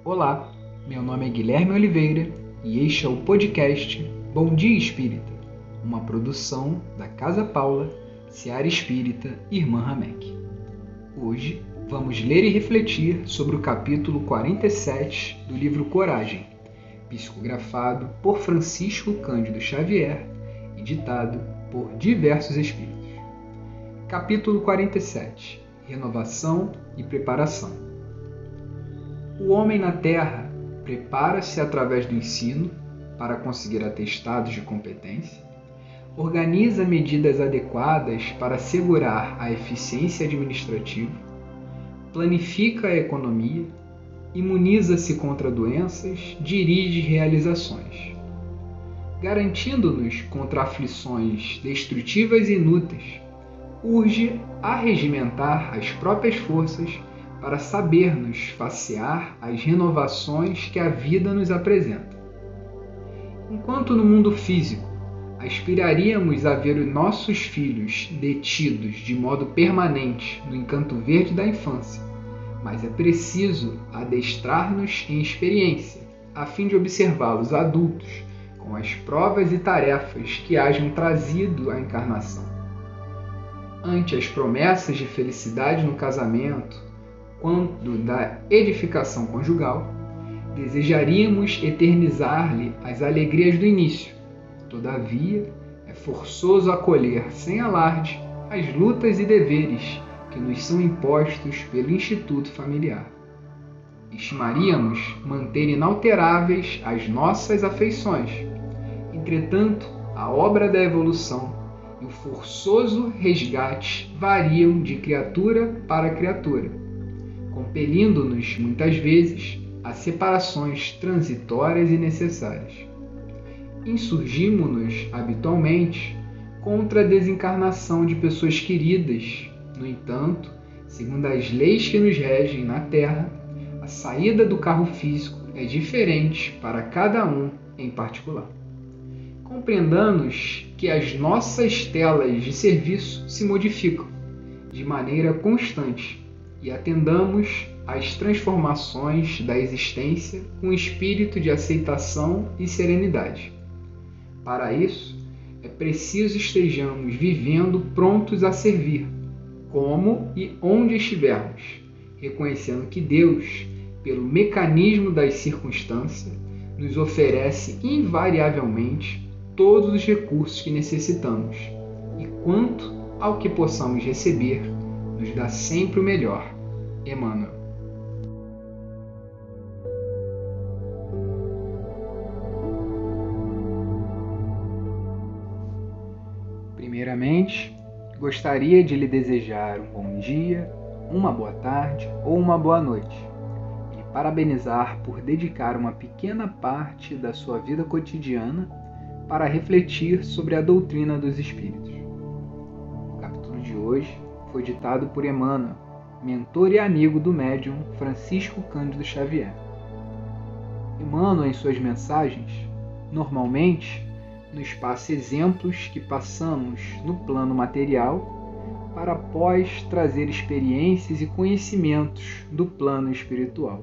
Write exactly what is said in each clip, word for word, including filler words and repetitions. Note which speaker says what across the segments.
Speaker 1: Olá, meu nome é Guilherme Oliveira e este é o podcast Bom Dia Espírita, uma produção da Casa Paula, Seara Espírita Irmã Ramek. Hoje vamos ler e refletir sobre o capítulo quarenta e sete do livro Coragem, psicografado por Francisco Cândido Xavier e ditado por diversos espíritos. Capítulo quarenta e sete. Renovação e preparação. O homem na Terra prepara-se através do ensino para conseguir atestados de competência, organiza medidas adequadas para assegurar a eficiência administrativa, planifica a economia, imuniza-se contra doenças, dirige realizações. Garantindo-nos contra aflições destrutivas e inúteis, urge a regimentar as próprias forças para saber-nos facear as renovações que a vida nos apresenta. Enquanto no mundo físico aspiraríamos a ver os nossos filhos detidos de modo permanente no encanto verde da infância, mas é preciso adestrar-nos em experiência, a fim de observá-los adultos com as provas e tarefas que hajam trazido a encarnação. Ante as promessas de felicidade no casamento, quanto da edificação conjugal, desejaríamos eternizar-lhe as alegrias do início. Todavia, é forçoso acolher sem alarde as lutas e deveres que nos são impostos pelo Instituto Familiar. Estimaríamos manter inalteráveis as nossas afeições. Entretanto, a obra da evolução e o forçoso resgate variam de criatura para criatura, compelindo-nos, muitas vezes, a separações transitórias e necessárias. Insurgimo-nos, habitualmente, contra a desencarnação de pessoas queridas. No entanto, segundo as leis que nos regem na Terra, a saída do carro físico é diferente para cada um em particular. Compreendamos que as nossas telas de serviço se modificam de maneira constante e atendamos às transformações da existência com espírito de aceitação e serenidade. Para isso, é preciso estejamos vivendo prontos a servir, como e onde estivermos, reconhecendo que Deus, pelo mecanismo das circunstâncias, nos oferece invariavelmente todos os recursos que necessitamos, e quanto ao que possamos receber, nos dá sempre o melhor. Emmanuel. Primeiramente, gostaria de lhe desejar um bom dia, uma boa tarde ou uma boa noite, e lhe parabenizar por dedicar uma pequena parte da sua vida cotidiana para refletir sobre a doutrina dos Espíritos. O capítulo de hoje foi ditado por Emmanuel, mentor e amigo do médium Francisco Cândido Xavier. Emmanuel, em suas mensagens, normalmente nos passa exemplos que passamos no plano material para após trazer experiências e conhecimentos do plano espiritual.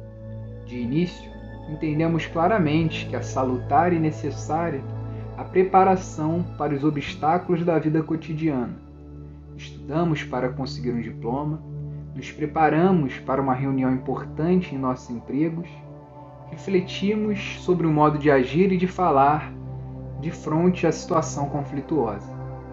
Speaker 1: De início, entendemos claramente que é salutar e necessária a preparação para os obstáculos da vida cotidiana. Estudamos para conseguir um diploma, nos preparamos para uma reunião importante em nossos empregos, refletimos sobre o modo de agir e de falar de frente à situação conflituosa.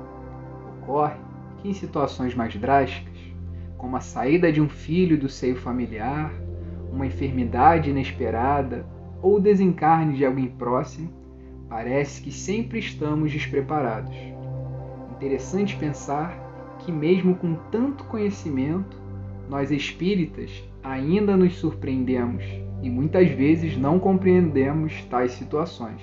Speaker 1: Ocorre que em situações mais drásticas, como a saída de um filho do seio familiar, uma enfermidade inesperada ou o desencarne de alguém próximo, parece que sempre estamos despreparados. Interessante pensar que mesmo com tanto conhecimento, nós espíritas ainda nos surpreendemos e muitas vezes não compreendemos tais situações.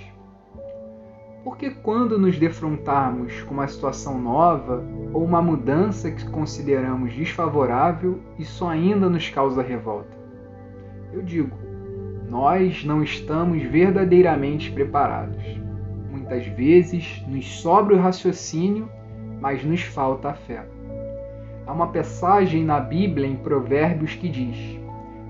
Speaker 1: Porque quando nos defrontarmos com uma situação nova ou uma mudança que consideramos desfavorável, isso ainda nos causa revolta? Eu digo, nós não estamos verdadeiramente preparados. Muitas vezes nos sobra o raciocínio, mas nos falta a fé. Há uma passagem na Bíblia, em Provérbios, que diz: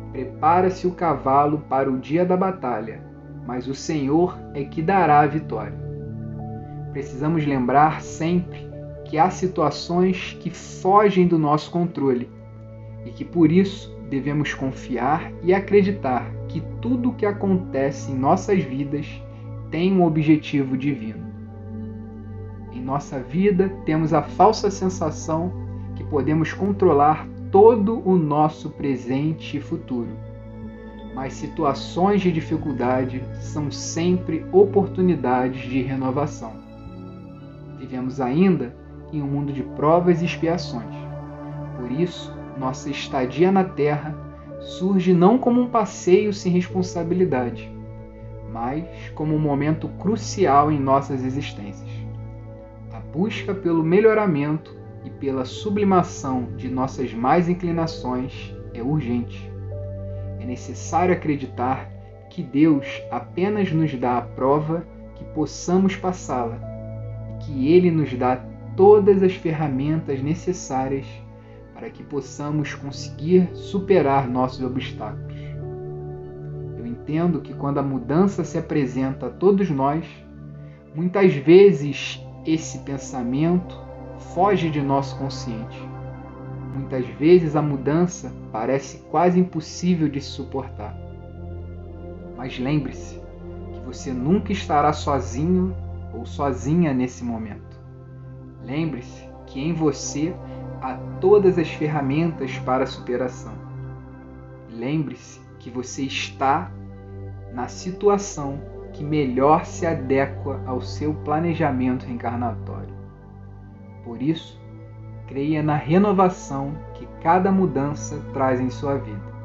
Speaker 1: Prepara-se o cavalo para o dia da batalha, mas o Senhor é que dará a vitória. Precisamos lembrar sempre que há situações que fogem do nosso controle e que por isso devemos confiar e acreditar que tudo o que acontece em nossas vidas tem um objetivo divino. Em nossa vida, temos a falsa sensação que podemos controlar todo o nosso presente e futuro. Mas situações de dificuldade são sempre oportunidades de renovação. Vivemos ainda em um mundo de provas e expiações. Por isso, nossa estadia na Terra surge não como um passeio sem responsabilidade, mas como um momento crucial em nossas existências. A busca pelo melhoramento e pela sublimação de nossas más inclinações é urgente. É necessário acreditar que Deus apenas nos dá a prova que possamos passá-la e que Ele nos dá todas as ferramentas necessárias para que possamos conseguir superar nossos obstáculos. Eu entendo que quando a mudança se apresenta a todos nós, muitas vezes esse pensamento foge de nosso consciente. Muitas vezes a mudança parece quase impossível de se suportar. Mas lembre-se que você nunca estará sozinho ou sozinha nesse momento. Lembre-se que em você há todas as ferramentas para a superação. Lembre-se que você está na situação que melhor se adequa ao seu planejamento reencarnatório. Por isso, creia na renovação que cada mudança traz em sua vida.